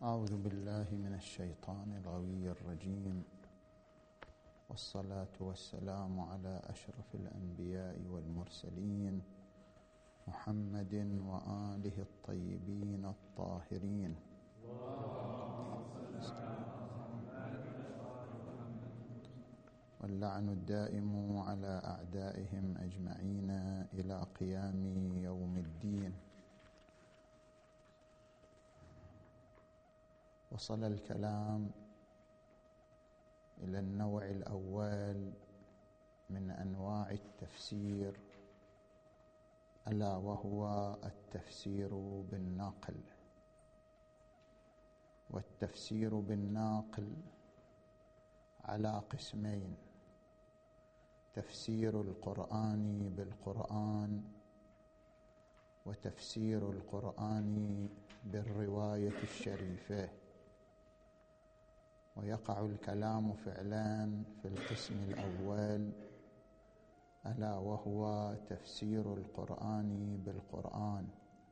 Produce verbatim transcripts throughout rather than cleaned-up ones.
أعوذ بالله من الشيطان الغوي الرجيم، والصلاة والسلام على أشرف الأنبياء والمرسلين محمد وآله الطيبين الطاهرين. واللعن الدائم على أعدائهم أجمعين إلى قيام يوم الدين. وصل الكلام إلى النوع الأول من أنواع التفسير، ألا وهو التفسير بالناقل. والتفسير بالناقل على قسمين: تفسير القرآن بالقرآن، وتفسير القرآن بالرواية الشريفة. ويقع الكلام فعلا في القسم الأول، ألا وهو تفسير القرآن بالقرآن.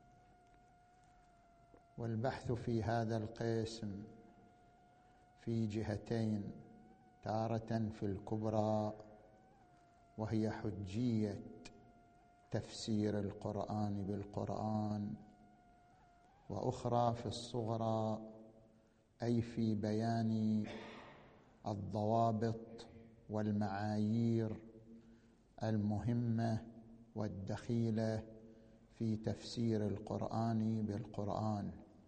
والبحث في هذا القسم في جهتين: تارة في الكبرى وهي حجية تفسير القرآن بالقرآن، وأخرى في الصغرى أي في بيان الضوابط والمعايير المهمة والدخيلة في تفسير القرآن بالقرآن.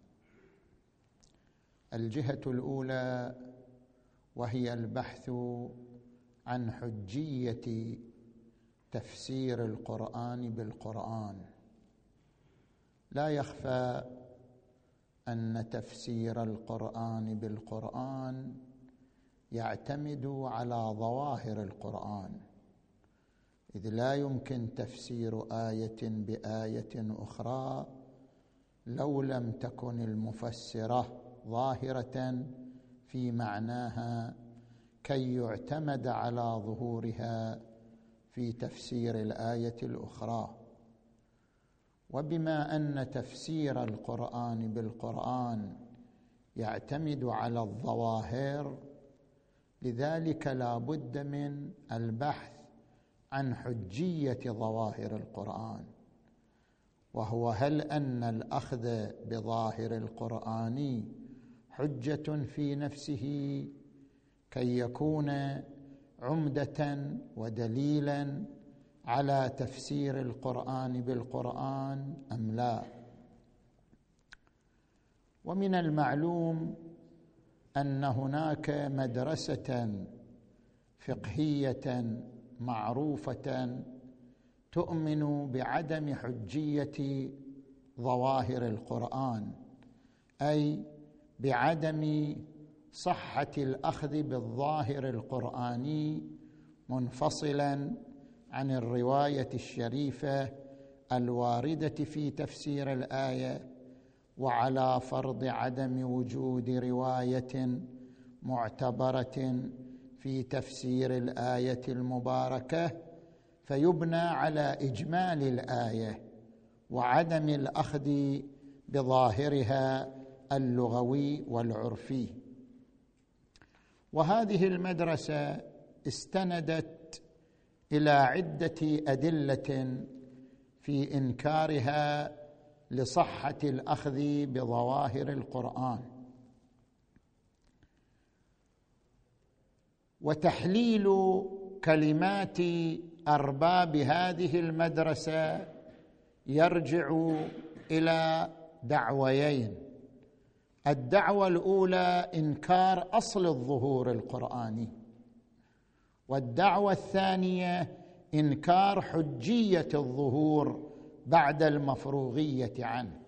الجهة الأولى وهي البحث عن حجية تفسير القرآن بالقرآن. لا يخفى أن تفسير القرآن بالقرآن يعتمد على ظواهر القرآن، إذ لا يمكن تفسير آية بآية أخرى لو لم تكن المفسرة ظاهرة في معناها كي يعتمد على ظهورها في تفسير الآية الأخرى. وبما أن تفسير القرآن بالقرآن يعتمد على الظواهر، لذلك لا بد من البحث عن حجية ظواهر القرآن، وهو هل أن الأخذ بظاهر القرآن حجة في نفسه كي يكون عمدة ودليلا على تفسير القرآن بالقرآن أم لا. ومن المعلوم أن هناك مدرسة فقهية معروفة تؤمن بعدم حجية ظواهر القرآن، أي بعدم صحة الأخذ بالظاهر القرآني منفصلا عن الرواية الشريفة الواردة في تفسير الآية، وعلى فرض عدم وجود رواية معتبرة في تفسير الآية المباركة، فيبنى على إجمال الآية وعدم الأخذ بظاهرها اللغوي والعرفي. وهذه المدرسة استندت إلى عدة أدلة في إنكارها لصحة الأخذ بظواهر القرآن. وتحليل كلمات أرباب هذه المدرسة يرجع إلى دعويين: الدعوة الأولى إنكار أصل الظهور القرآني، والدعوة الثانية إنكار حجية الظهور بعد المفروغية عنه.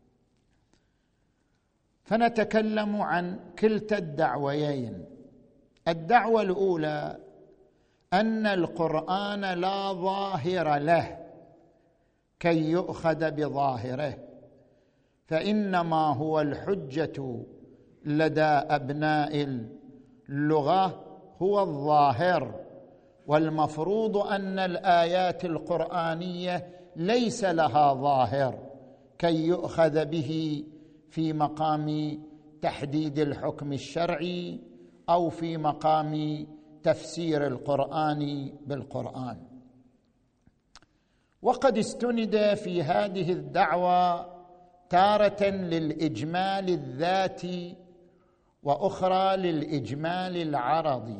فنتكلم عن كلتا الدعويين. الدعوة الأولى أن القرآن لا ظاهر له كي يؤخذ بظاهره، فإنما هو الحجة لدى أبناء اللغة هو الظاهر، والمفروض أن الآيات القرآنية ليس لها ظاهر كي يؤخذ به في مقام تحديد الحكم الشرعي أو في مقام تفسير القرآن بالقرآن. وقد استند في هذه الدعوة تارة للإجمال الذاتي وأخرى للإجمال العرضي،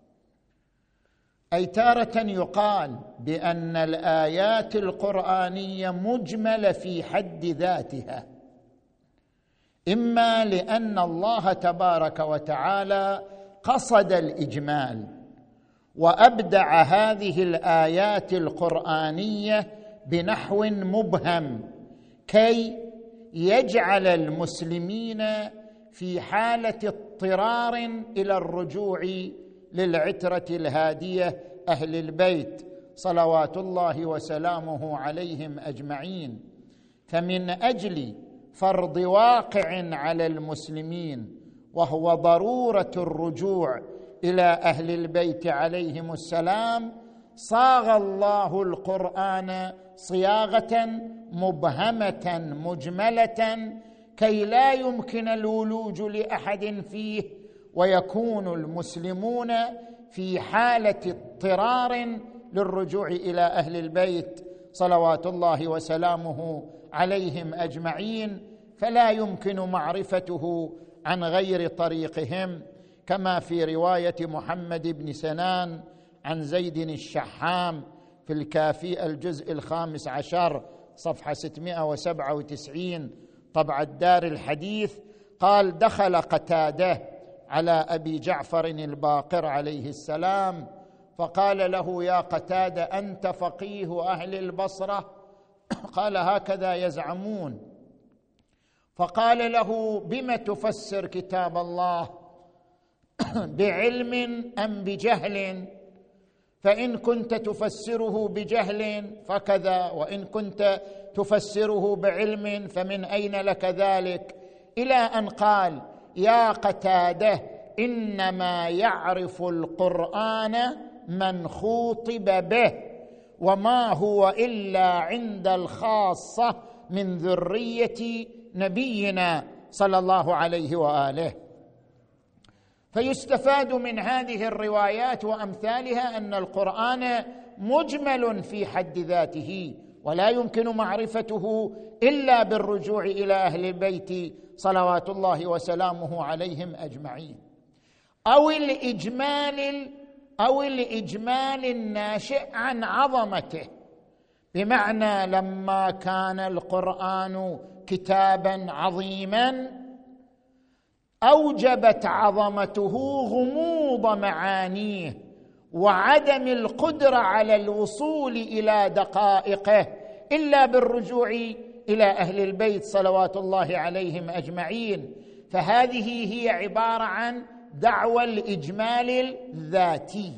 أي تارة يقال بأن الآيات القرآنية مجملة في حد ذاتها، إما لأن الله تبارك وتعالى قصد الإجمال وأبدع هذه الآيات القرآنية بنحو مبهم كي يجعل المسلمين في حالة اضطرار إلى الرجوع للعترة الهادية أهل البيت صلوات الله وسلامه عليهم أجمعين. فمن أجل فرض واقع على المسلمين وهو ضرورة الرجوع إلى أهل البيت عليهم السلام، صاغ الله القرآن صياغة مبهمة مجملة كي لا يمكن الولوج لأحد فيه، ويكون المسلمون في حالة اضطرار للرجوع إلى أهل البيت صلوات الله وسلامه عليهم أجمعين، فلا يمكن معرفته عن غير طريقهم، كما في رواية محمد بن سنان عن زيد الشحام في الكافي الجزء الخامس عشر صفحة ستمائة وسبعة وتسعين طبع الدار الحديث، قال: دخل قتادة على أبي جعفر الباقر عليه السلام فقال له: يا قتادة، أنت فقيه أهل البصرة؟ قال: هكذا يزعمون. فقال له: بم تفسر كتاب الله، بعلم أم بجهل؟ فإن كنت تفسره بجهل فكذا، وإن كنت تفسره بعلم فمن أين لك ذلك؟ إلى أن قال: يا قتادة، إنما يعرف القرآن من خوطب به، وما هو إلا عند الخاصة من ذرية نبينا صلى الله عليه وآله. فيستفاد من هذه الروايات وأمثالها أن القرآن مجمل في حد ذاته، ولا يمكن معرفته إلا بالرجوع إلى أهل البيت صلوات الله وسلامه عليهم أجمعين، أو الإجمال أو الإجمال الناشئ عن عظمته، بمعنى لما كان القرآن كتابا عظيما أوجبت عظمته غموض معانيه وعدم القدرة على الوصول إلى دقائقه إلا بالرجوع إلى أهل البيت صلوات الله عليهم أجمعين. فهذه هي عبارة عن دعوى الإجمال الذاتي.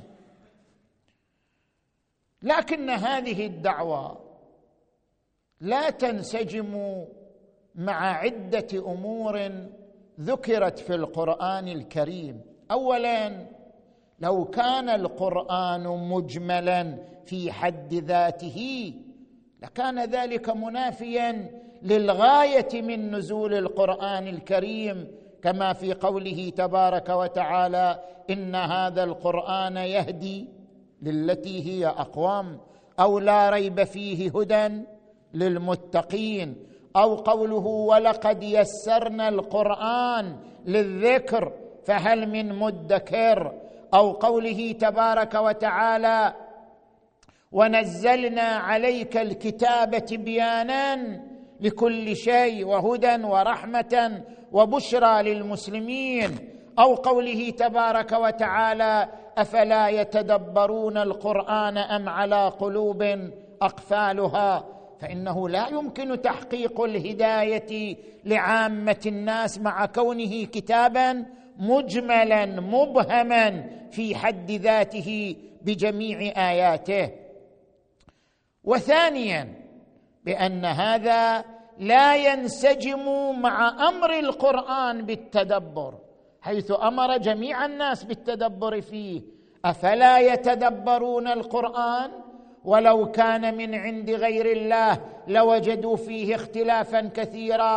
لكن هذه الدعوة لا تنسجم مع عدة أمور ذكرت في القرآن الكريم. أولاً، لو كان القرآن مجملاً في حد ذاته لكان ذلك منافياً للغاية من نزول القرآن الكريم، كما في قوله تبارك وتعالى: إن هذا القرآن يهدي للتي هي أقوم، أو لا ريب فيه هدى للمتقين، أو قوله: ولقد يسرنا القرآن للذكر فهل من مدكر، أو قوله تبارك وتعالى: ونزلنا عليك الكتاب تبيانا لكل شيء وهدى ورحمة وبشرى للمسلمين، أو قوله تبارك وتعالى: أفلا يتدبرون القرآن أم على قلوب أقفالها. فإنه لا يمكن تحقيق الهداية لعامة الناس مع كونه كتابا مجملا مبهما في حد ذاته بجميع آياته. وثانيا، بأن هذا لا ينسجم مع أمر القرآن بالتدبر، حيث أمر جميع الناس بالتدبر فيه. أفلا يتدبرون القرآن؟ ولو كان من عند غير الله لوجدوا فيه اختلافا كثيرا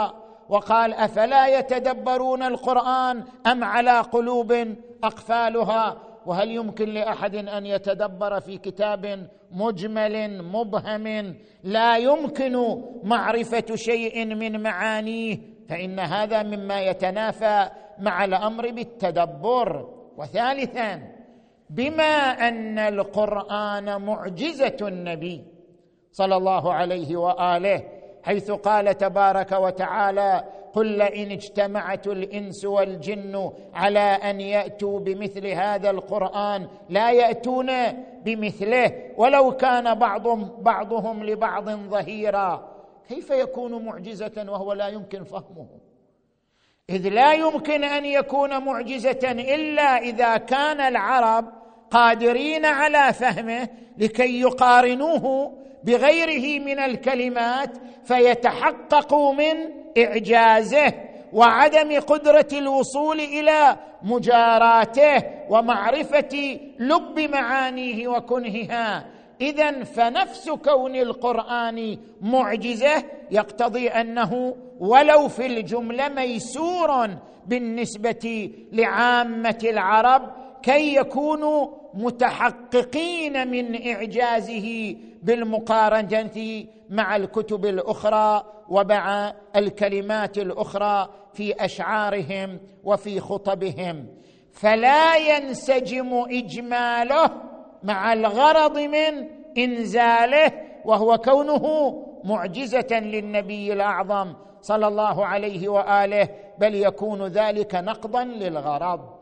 وقال أفلا يتدبرون القرآن أم على قلوب أقفالها. وهل يمكن لأحد أن يتدبر في كتاب مجمل مبهم لا يمكن معرفة شيء من معانيه؟ فإن هذا مما يتنافى مع الأمر بالتدبر. وثالثا، بما أن القرآن معجزة النبي صلى الله عليه وآله، حيث قال تبارك وتعالى: قل لئن اجتمعت الإنس والجن على أن يأتوا بمثل هذا القرآن لا يأتون بمثله ولو كان بعضهم, بعضهم لبعض ظهيرا. كيف يكون معجزة وهو لا يمكن فهمه؟ إذ لا يمكن أن يكون معجزة إلا إذا كان العرب قادرين على فهمه لكي يقارنوه بغيره من الكلمات فيتحققوا من إعجازه وعدم قدرة الوصول إلى مجاراته ومعرفة لب معانيه وكنهها. إذن فنفس كون القرآن معجزة يقتضي أنه ولو في الجملة ميسور بالنسبة لعامة العرب كي يكونوا متحققين من إعجازه بالمقارنة مع الكتب الأخرى ومع الكلمات الأخرى في أشعارهم وفي خطبهم، فلا ينسجم إجماله مع الغرض من إنزاله، وهو كونه معجزة للنبي الأعظم صلى الله عليه وآله، بل يكون ذلك نقضا للغرض.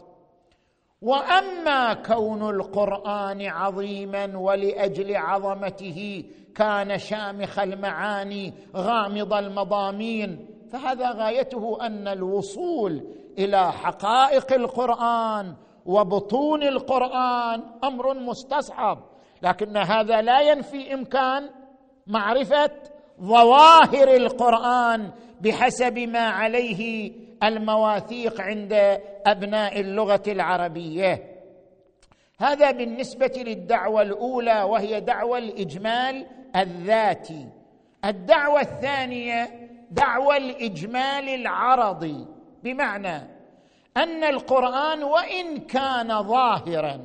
وأما كون القرآن عظيما ولأجل عظمته كان شامخ المعاني غامض المضامين، فهذا غايته أن الوصول إلى حقائق القرآن وبطون القرآن أمر مستصعب، لكن هذا لا ينفي إمكان معرفة ظواهر القرآن بحسب ما عليه المواثيق عند أبناء اللغة العربية. هذا بالنسبة للدعوة الأولى وهي دعوة الإجمال الذاتي. الدعوة الثانية دعوة الإجمال العرضي، بمعنى أن القرآن وإن كان ظاهرا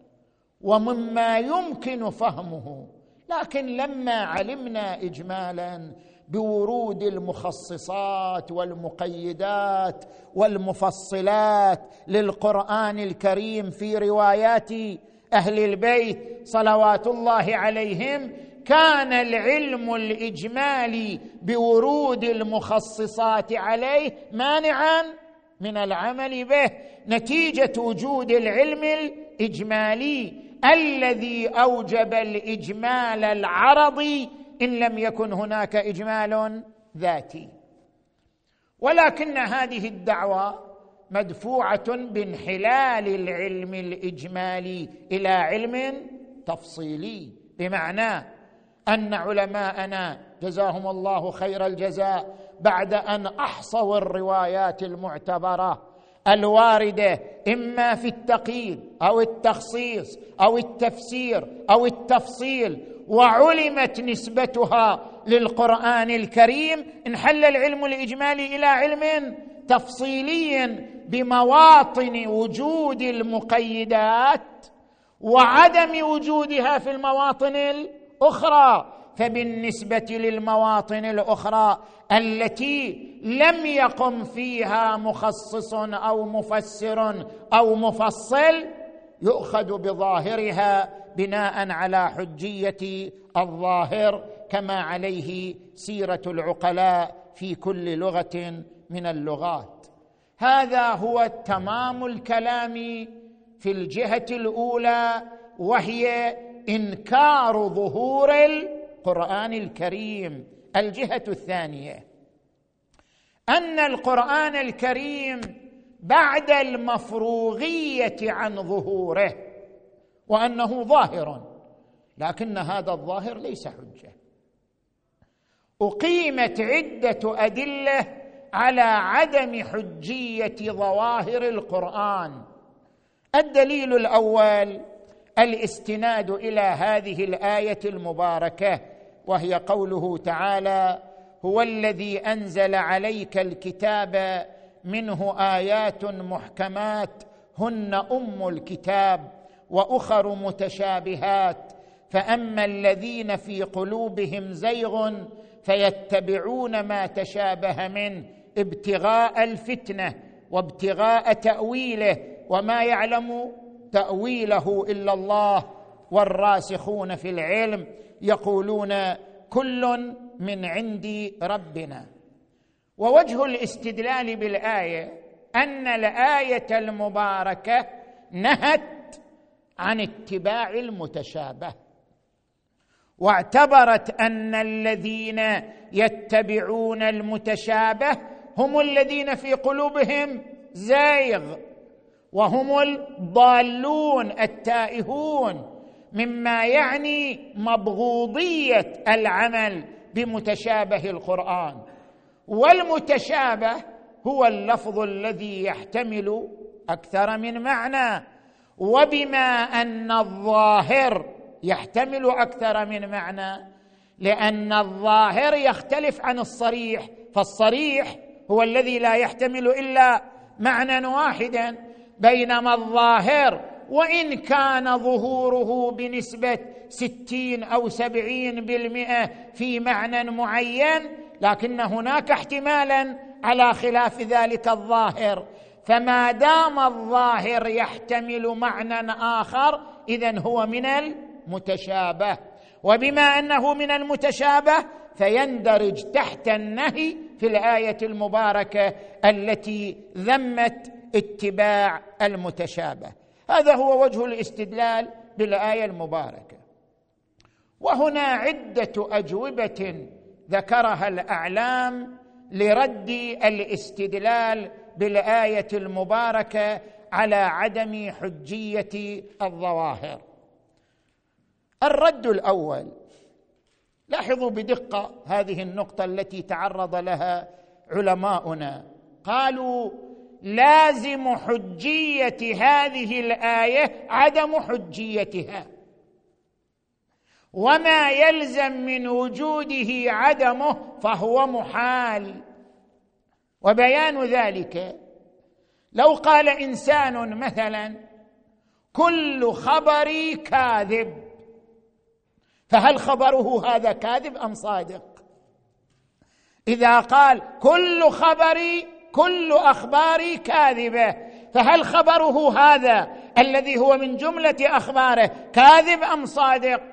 ومما يمكن فهمه، لكن لما علمنا إجمالا بورود المخصصات والمقيدات والمفصلات للقرآن الكريم في روايات أهل البيت صلوات الله عليهم، كان العلم الإجمالي بورود المخصصات عليه مانعا من العمل به، نتيجة وجود العلم الإجمالي الذي أوجب الإجمال العرضي إن لم يكن هناك إجمال ذاتي. ولكن هذه الدعوة مدفوعة بانحلال العلم الإجمالي إلى علم تفصيلي، بمعنى أن علماءنا جزاهم الله خير الجزاء بعد أن أحصوا الروايات المعتبرة الواردة إما في التقييد أو التخصيص أو التفسير أو التفصيل وعلمت نسبتها للقرآن الكريم، انحل العلم الإجمالي إلى علم تفصيلي بمواطن وجود المقيدات وعدم وجودها في المواطن الأخرى. فبالنسبة للمواطن الأخرى التي لم يقم فيها مخصص أو مفسر أو مفصل يؤخذ بظاهرها بناء على حجية الظاهر، كما عليه سيرة العقلاء في كل لغة من اللغات. هذا هو تمام الكلام في الجهة الأولى، وهي إنكار ظهور القرآن الكريم. الجهة الثانية أن القرآن الكريم بعد المفروغية عن ظهوره وأنه ظاهر، لكن هذا الظاهر ليس حجة. أقيمت عدة أدلة على عدم حجية ظواهر القرآن. الدليل الأول الاستناد إلى هذه الآية المباركة، وهي قوله تعالى: هو الذي انزل عليك الكتاب منه ايات محكمات هن ام الكتاب واخر متشابهات فاما الذين في قلوبهم زيغ فيتبعون ما تشابه منه ابتغاء الفتنه وابتغاء تاويله وما يعلم تاويله الا الله والراسخون في العلم يقولون كل من عند ربنا. ووجه الاستدلال بالايه ان الايه المباركه نهت عن اتباع المتشابه، واعتبرت ان الذين يتبعون المتشابه هم الذين في قلوبهم زيغ وهم الضالون التائهون، مما يعني مبغوضيه العمل بمتشابه القرآن. والمتشابه هو اللفظ الذي يحتمل اكثر من معنى، وبما ان الظاهر يحتمل اكثر من معنى لان الظاهر يختلف عن الصريح، فالصريح هو الذي لا يحتمل الا معنى واحدا، بينما الظاهر وان كان ظهوره بنسبه ستين او سبعين بالمئه في معنى معين، لكن هناك احتمالا على خلاف ذلك الظاهر، فما دام الظاهر يحتمل معنى آخر إذن هو من المتشابه، وبما أنه من المتشابه فيندرج تحت النهي في الآية المباركة التي ذمت اتباع المتشابه. هذا هو وجه الاستدلال بالآية المباركة. وهنا عدة أجوبة ذكرها الأعلام لرد الاستدلال بالآية المباركة على عدم حجية الظواهر. الرد الأول، لاحظوا بدقة هذه النقطة التي تعرض لها علماؤنا، قالوا لازم حجية هذه الآية عدم حجيتها، وما يلزم من وجوده عدمه فهو محال. وبيان ذلك لو قال إنسان مثلا كل خبري كاذب، فهل خبره هذا كاذب أم صادق؟ إذا قال كل خبري كل أخباري كاذبة، فهل خبره هذا الذي هو من جملة أخباره كاذب أم صادق؟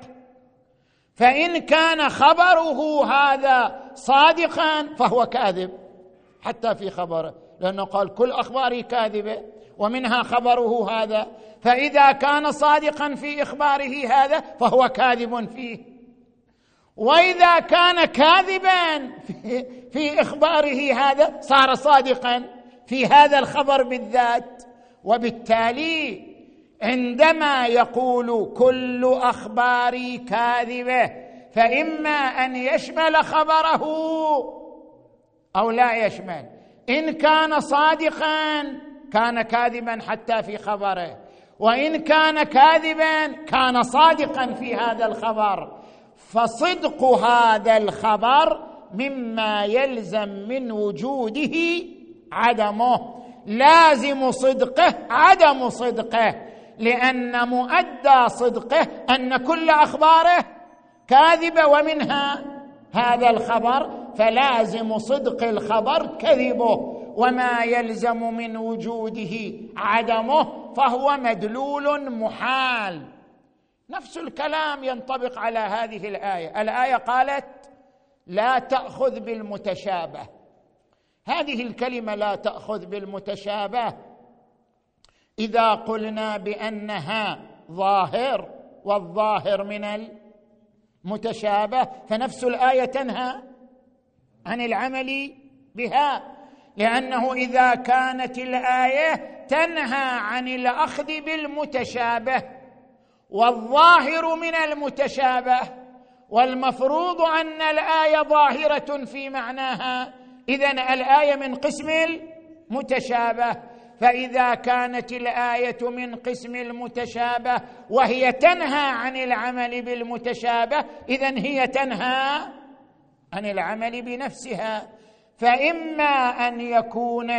فإن كان خبره هذا صادقا فهو كاذب حتى في خبره، لأنه قال كل أخباري كاذبة ومنها خبره هذا، فإذا كان صادقا في إخباره هذا فهو كاذب فيه، وإذا كان كاذبا في إخباره هذا صار صادقا في هذا الخبر بالذات. وبالتالي عندما يقول كل أخباري كاذبة فإما أن يشمل خبره أو لا يشمل. إن كان صادقا كان كاذبا حتى في خبره، وإن كان كاذبا كان صادقا في هذا الخبر، فصدق هذا الخبر مما يلزم من وجوده عدمه، لازم صدقه عدم صدقه، لأن مؤدى صدقه أن كل أخباره كاذبة ومنها هذا الخبر، فلازم صدق الخبر كذبه، وما يلزم من وجوده عدمه فهو مدلول محال. نفس الكلام ينطبق على هذه الآية. الآية قالت لا تأخذ بالمتشابه، هذه الكلمة لا تأخذ بالمتشابه إذا قلنا بأنها ظاهر والظاهر من المتشابه، فنفس الآية تنهى عن العمل بها، لأنه إذا كانت الآية تنهى عن الأخذ بالمتشابه والظاهر من المتشابه، والمفروض أن الآية ظاهرة في معناها، إذن الآية من قسم المتشابه، فإذا كانت الآية من قسم المتشابه وهي تنهى عن العمل بالمتشابه إذن هي تنهى عن العمل بنفسها، فإما أن يكون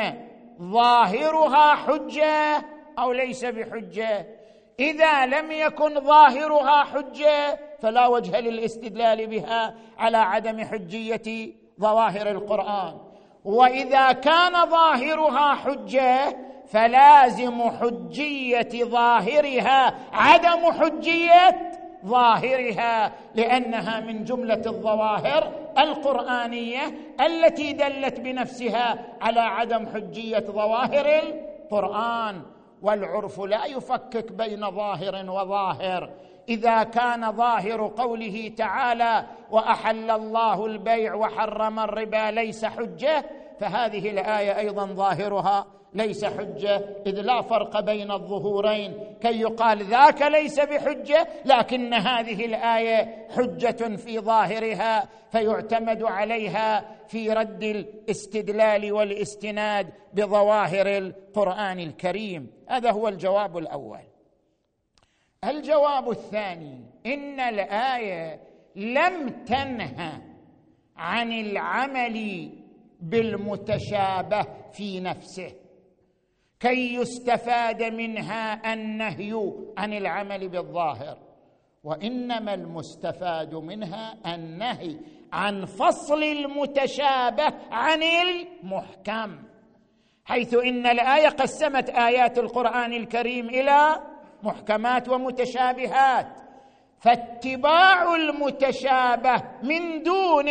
ظاهرها حجة أو ليس بحجة. إذا لم يكن ظاهرها حجة فلا وجه للاستدلال بها على عدم حجية ظواهر القرآن، وإذا كان ظاهرها حجة فلازم حجية ظاهرها عدم حجية ظاهرها، لأنها من جملة الظواهر القرآنية التي دلت بنفسها على عدم حجية ظواهر القرآن. والعرف لا يفكك بين ظاهر وظاهر. إذا كان ظاهر قوله تعالى وأحل الله البيع وحرم الربا ليس حجة، فهذه الآية أيضا ظاهرها ليس حجة، إذ لا فرق بين الظهورين كي يقال ذاك ليس بحجة، لكن هذه الآية حجة في ظاهرها فيعتمد عليها في رد الاستدلال والاستناد بظواهر القرآن الكريم. هذا هو الجواب الأول. الجواب الثاني: إن الآية لم تنهى عن العمل بالمتشابه في نفسه كي يستفاد منها النهي عن العمل بالظاهر، وإنما المستفاد منها النهي عن فصل المتشابه عن المحكم، حيث إن الآية قسمت آيات القرآن الكريم إلى محكمات ومتشابهات، فاتباع المتشابه من دون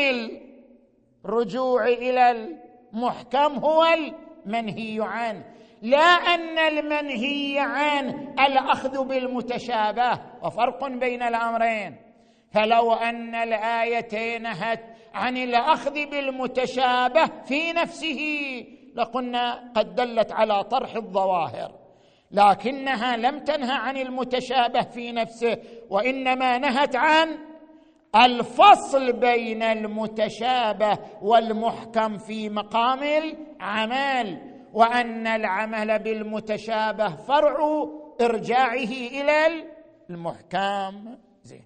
الرجوع إلى المحكم هو المنهي عنه، لا أن المنهي عنه الأخذ بالمتشابه، وفرق بين الأمرين. فلو أن الآية نهت عن الأخذ بالمتشابه في نفسه لقلنا قد دلت على طرح الظواهر، لكنها لم تنهى عن المتشابه في نفسه، وإنما نهت عن الفصل بين المتشابه والمحكم في مقام العمل، وأن العمل بالمتشابه فرع إرجاعه إلى المحكم. زين.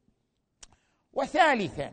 وثالثا: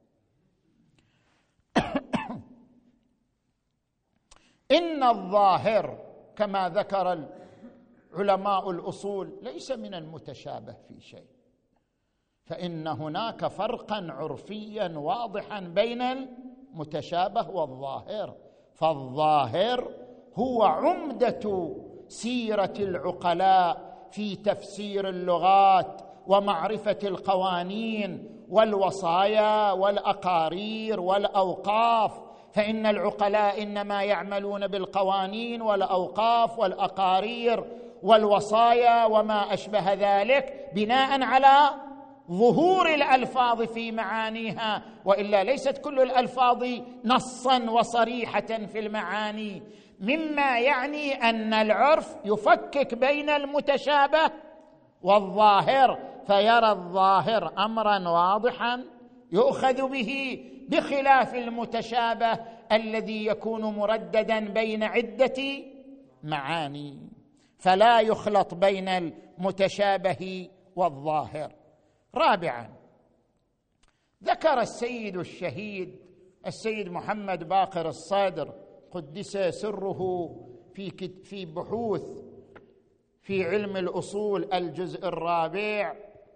إن الظاهر كما ذكر علماء الأصول ليس من المتشابه في شيء، فإن هناك فرقا عرفيا واضحا بين المتشابه والظاهر، فالظاهر هو عمدة سيرة العقلاء في تفسير اللغات ومعرفة القوانين والوصايا والأقارير والأوقاف، فإن العقلاء إنما يعملون بالقوانين والأوقاف والأقارير والوصايا وما أشبه ذلك بناء على ظهور الألفاظ في معانيها، وإلا ليست كل الألفاظ نصا وصريحة في المعاني، مما يعني أن العرف يفكك بين المتشابه والظاهر، فيرى الظاهر أمرا واضحا يؤخذ به، بخلاف المتشابه الذي يكون مرددا بين عدة معاني، فلا يخلط بين المتشابه والظاهر. رابعا: ذكر السيد الشهيد السيد محمد باقر الصادر قدس سره في في بحوث في علم الأصول الجزء الرابع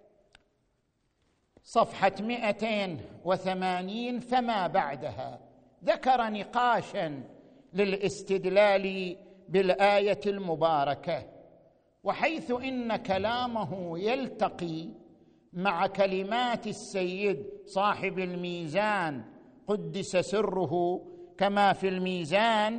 صفحة مئتين وثمانين فما بعدها، ذكر نقاشا للاستدلال بالآية المباركة، وحيث إن كلامه يلتقي مع كلمات السيد صاحب الميزان قدس سره كما في الميزان،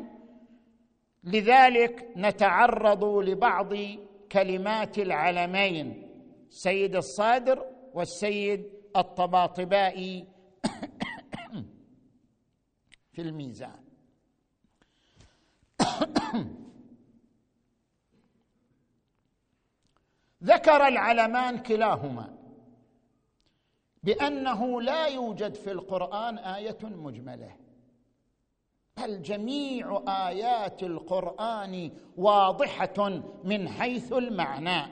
لذلك نتعرض لبعض كلمات العلمين السيد الصادر والسيد الطباطبائي في الميزان. ذكر العلمان كلاهما بأنه لا يوجد في القرآن آية مجملة، بل جميع آيات القرآن واضحة من حيث المعنى.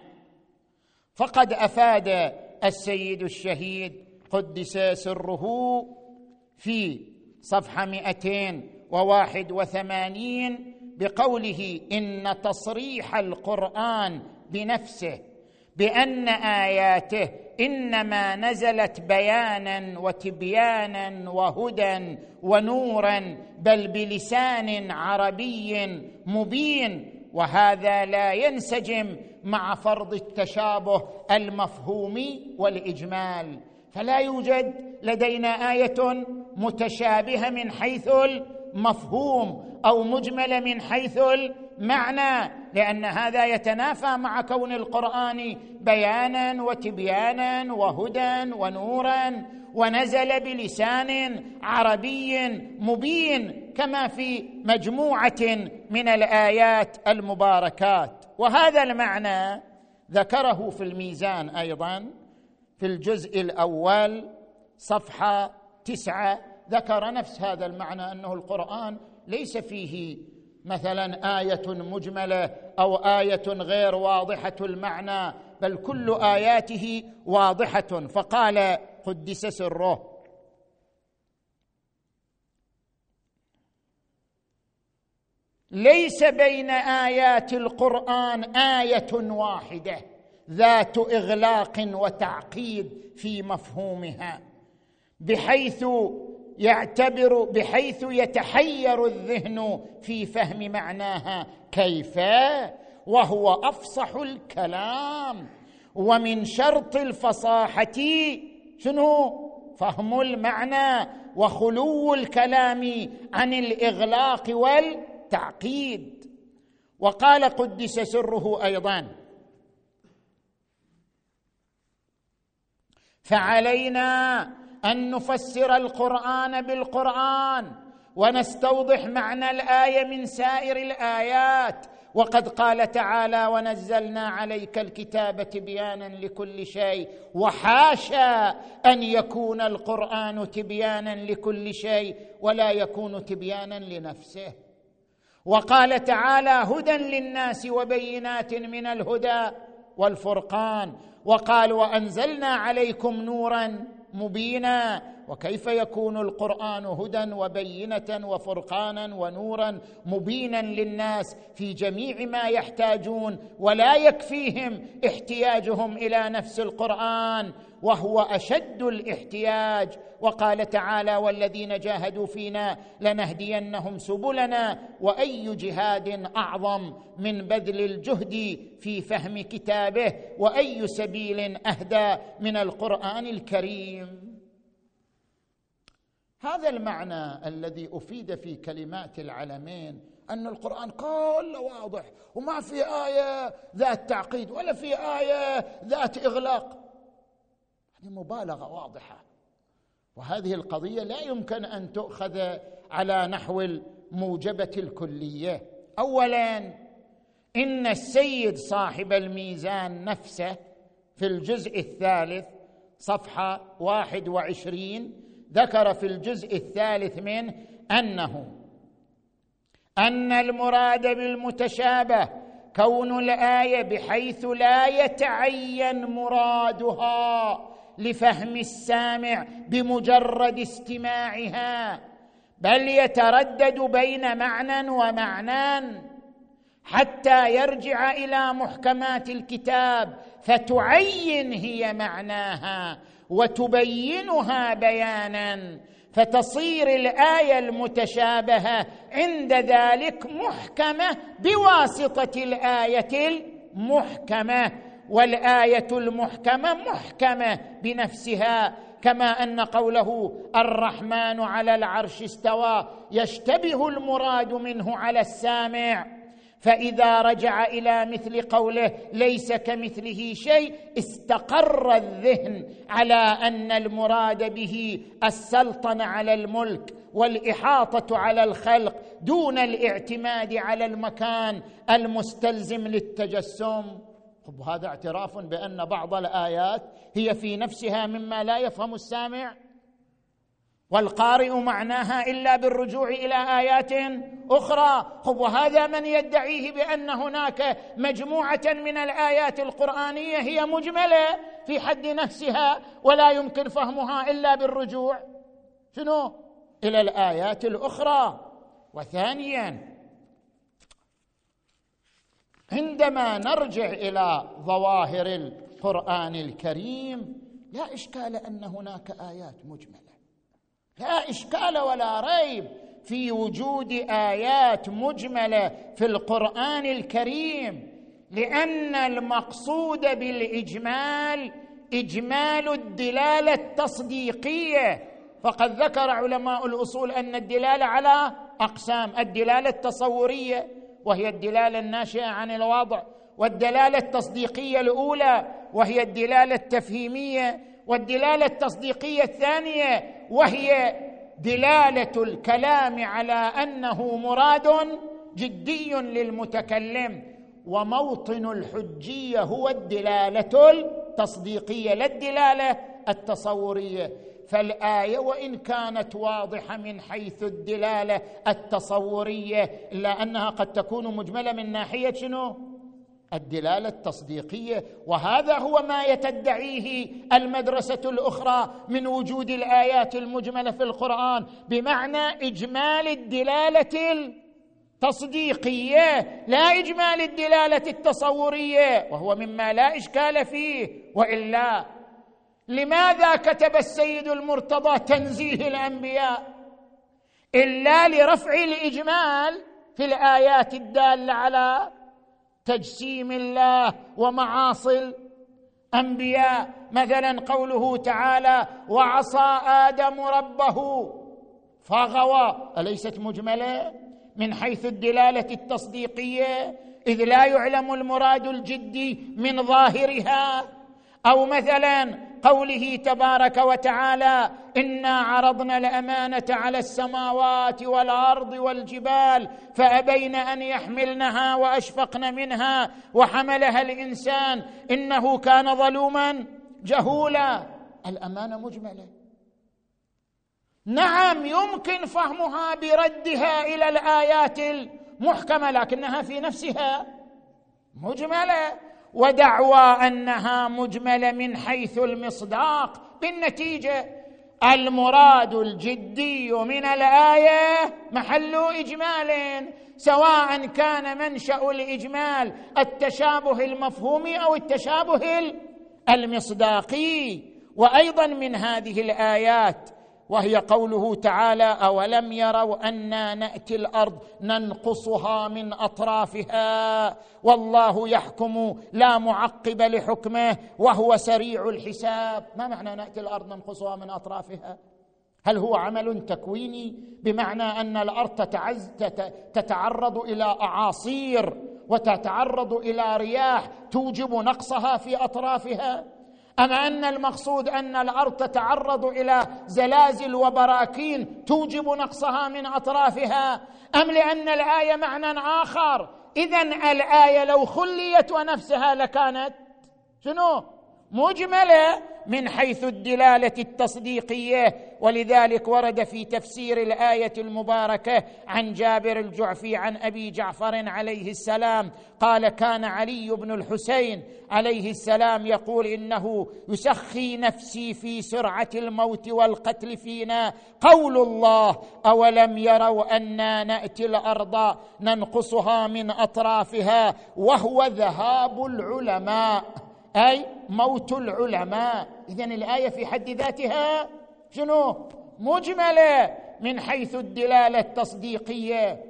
فقد أفاد السيد الشهيد قدس سره في صفحة مئتين وواحد وثمانين بقوله: إن تصريح القرآن بنفسه بأن آياته إنما نزلت بيانا وتبيانا وهدى ونورا بل بلسان عربي مبين، وهذا لا ينسجم مع فرض التشابه المفهومي والإجمال. فلا يوجد لدينا آية متشابهة من حيث المفهوم أو مجملة من حيث المعنى، لأن هذا يتنافى مع كون القرآن بيانا وتبيانا وهدى ونورا ونزل بلسان عربي مبين، كما في مجموعة من الآيات المباركات. وهذا المعنى ذكره في الميزان أيضا في الجزء الأول صفحة تسعة، ذكر نفس هذا المعنى، أنه القرآن ليس فيه مثلا آية مجملة أو آية غير واضحة المعنى، بل كل آياته واضحة. فقال قدس سره: ليس بين آيات القرآن آية واحدة ذات إغلاق وتعقيد في مفهومها، بحيث يعتبر بحيث يتحير الذهن في فهم معناها، كيف وهو أفصح الكلام. ومن شرط الفصاحة شنو؟ فهم المعنى وخلو الكلام عن الإغلاق والتعقيد. وقال قدس سره أيضا: فعلينا أن نفسر القرآن بالقرآن ونستوضح معنى الآية من سائر الآيات، وقد قال تعالى: ونزلنا عليك الكتاب تبيانا لكل شيء. وحاشا أن يكون القرآن تبيانا لكل شيء ولا يكون تبيانا لنفسه. وقال تعالى: هدى للناس وبينات من الهدى والفرقان. وقال: وأنزلنا عليكم نورا مبينا. وكيف يكون القرآن هدى وبينة وفرقانا ونورا مبينا للناس في جميع ما يحتاجون، ولا يكفيهم احتياجهم إلى نفس القرآن وهو أشد الاحتياج. وقال تعالى: والذين جاهدوا فينا لنهدينهم سبلنا. وأي جهاد أعظم من بذل الجهد في فهم كتابه، وأي سبيل أهدى من القرآن الكريم. هذا المعنى الذي أفيد في كلمات العلمين، أن القرآن كله واضح وما في آية ذات تعقيد ولا في آية ذات إغلاق، هذه مبالغة واضحة. وهذه القضية لا يمكن أن تؤخذ على نحو الموجبة الكلية. أولا، إن السيد صاحب الميزان نفسه في الجزء الثالث صفحة واحد وعشرين ذكر في الجزء الثالث منه أنه أن المراد بالمتشابه كون الآية بحيث لا يتعين مرادها لفهم السامع بمجرد استماعها، بل يتردد بين معنى ومعنى حتى يرجع إلى محكمات الكتاب فتعين هي معناها وتبينها بيانا، فتصير الآية المتشابهة عند ذلك محكمة بواسطة الآية المحكمة، والآية المحكمة محكمة بنفسها، كما أن قوله الرحمن على العرش استوى يشتبه المراد منه على السامع، فإذا رجع إلى مثل قوله ليس كمثله شيء استقر الذهن على أن المراد به السلطنة على الملك والإحاطة على الخلق دون الاعتماد على المكان المستلزم للتجسم. هذا اعتراف بأن بعض الآيات هي في نفسها مما لا يفهم السامع والقارئ معناها إلا بالرجوع إلى آيات أخرى. وهذا من يدعيه بأن هناك مجموعة من الآيات القرآنية هي مجملة في حد نفسها ولا يمكن فهمها إلا بالرجوع شنو إلى الآيات الأخرى. وثانيا، عندما نرجع إلى ظواهر القرآن الكريم لا إشكال أن هناك آيات مجملة، لا إشكال ولا ريب في وجود آيات مجملة في القرآن الكريم، لأن المقصود بالإجمال إجمال الدلالة التصديقية. فقد ذكر علماء الأصول أن الدلالة على أقسام: الدلالة التصورية وهي الدلالة الناشئة عن الوضع، والدلالة التصديقية الأولى وهي الدلالة التفهيمية، والدلالة التصديقية الثانية وهي دلالة الكلام على أنه مراد جدي للمتكلم. وموطن الحجية هو الدلالة التصديقية لا الدلالة التصورية. فالآية وإن كانت واضحة من حيث الدلالة التصورية إلا أنها قد تكون مجملة من ناحية شنو؟ الدلالة التصديقية. وهذا هو ما يتدعيه المدرسة الأخرى من وجود الآيات المجملة في القرآن، بمعنى إجمال الدلالة التصديقية لا إجمال الدلالة التصورية، وهو مما لا إشكال فيه. وإلا لماذا كتب السيد المرتضى تنزيه الأنبياء؟ إلا لرفع الإجمال في الآيات الدالة على تجسيم الله ومعاصي الأنبياء. مثلا قوله تعالى: وعصى آدم ربه فغوى، أليست مجملة من حيث الدلالة التصديقية إذ لا يعلم المراد الجدي من ظاهرها؟ أو مثلا قوله تبارك وتعالى: إنا عرضنا الأمانة على السماوات والأرض والجبال فأبين أن يحملنها وأشفقن منها وحملها الإنسان إنه كان ظلوما جهولا. الأمانة مجملة، نعم يمكن فهمها بردها إلى الآيات المحكمة، لكنها في نفسها مجملة. ودعوى أنها مجملة من حيث المصداق، بالنتيجة المراد الجدي من الآية محل إجمال، سواء كان منشأ الإجمال التشابه المفهومي أو التشابه المصداقي. وأيضا من هذه الآيات وهي قوله تعالى: أولم يروا أنا نأتي الأرض ننقصها من أطرافها والله يحكم لا معقب لحكمه وهو سريع الحساب. ما معنى نأتي الأرض ننقصها من أطرافها؟ هل هو عمل تكويني بمعنى أن الأرض تتعز تتعرض إلى أعاصير وتتعرض إلى رياح توجب نقصها في أطرافها؟ أم أن المقصود أن الأرض تتعرض إلى زلازل وبراكين توجب نقصها من أطرافها؟ أم لأن الآية معنى آخر؟ إذن الآية لو خليت ونفسها لكانت شنو؟ مجملة من حيث الدلالة التصديقية. ولذلك ورد في تفسير الآية المباركة عن جابر الجعفي عن أبي جعفر عليه السلام قال: كان علي بن الحسين عليه السلام يقول: إنه يسخي نفسي في سرعة الموت والقتل فينا قول الله: أولم يروا أنا نأتي الأرض ننقصها من أطرافها، وهو ذهاب العلماء أي موت العلماء. إذن الآية في حد ذاتها شنو؟ مجملة من حيث الدلالة التصديقية.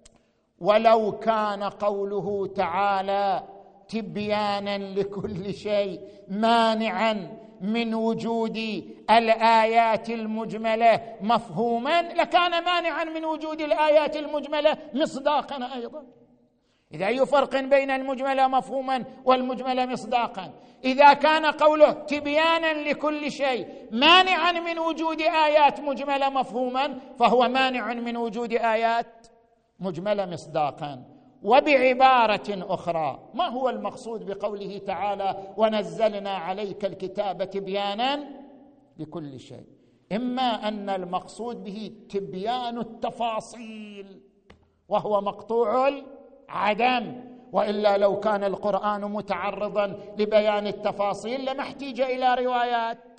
ولو كان قوله تعالى تبيانا لكل شيء مانعا من وجود الآيات المجملة مفهوما لكان مانعا من وجود الآيات المجملة مصداقا أيضا. إذا أي فرق بين المجملة مفهوما والمجملة مصداقا؟ إذا كان قوله تبيانا لكل شيء مانعا من وجود آيات مجملة مفهوما فهو مانع من وجود آيات مجملة مصداقا. وبعبارة أخرى، ما هو المقصود بقوله تعالى ونزلنا عليك الكتاب تبيانا لكل شيء؟ إما أن المقصود به تبيان التفاصيل وهو مقطوع عدم، وإلا لو كان القرآن متعرضا لبيان التفاصيل لما احتاج إلى روايات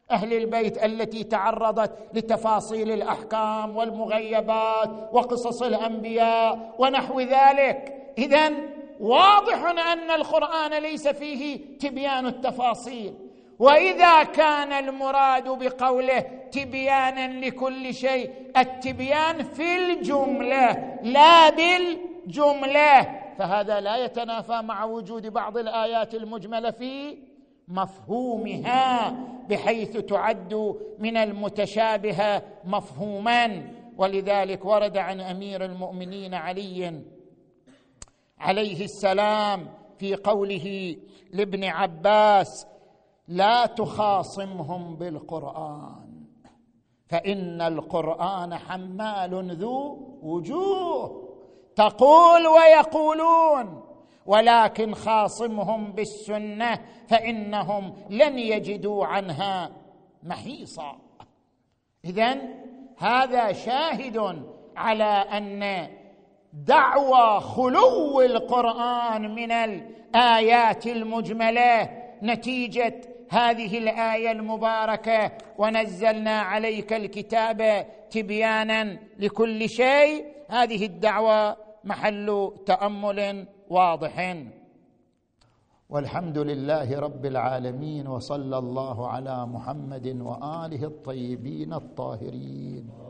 أهل البيت التي تعرضت لتفاصيل الأحكام والمغيبات وقصص الأنبياء ونحو ذلك. إذن واضح أن القرآن ليس فيه تبيان التفاصيل. وإذا كان المراد بقوله تبيانا لكل شيء التبيان في الجملة لا بالجملة، فهذا لا يتنافى مع وجود بعض الآيات المجملة في مفهومها بحيث تعد من المتشابه مفهوما. ولذلك ورد عن أمير المؤمنين علي عليه السلام في قوله لابن عباس: لا تخاصمهم بالقرآن فإن القرآن حمال ذو وجوه تقول ويقولون، ولكن خاصمهم بالسنة فإنهم لن يجدوا عنها محيصا. إذن هذا شاهد على أن دعوى خلو القرآن من الآيات المجملة نتيجة هذه الآية المباركة: ونزلنا عليك الكتاب تبيانا لكل شيء. هذه الدعوة محل تأمل واضح. والحمد لله رب العالمين، وصلى الله على محمد وآله الطيبين الطاهرين.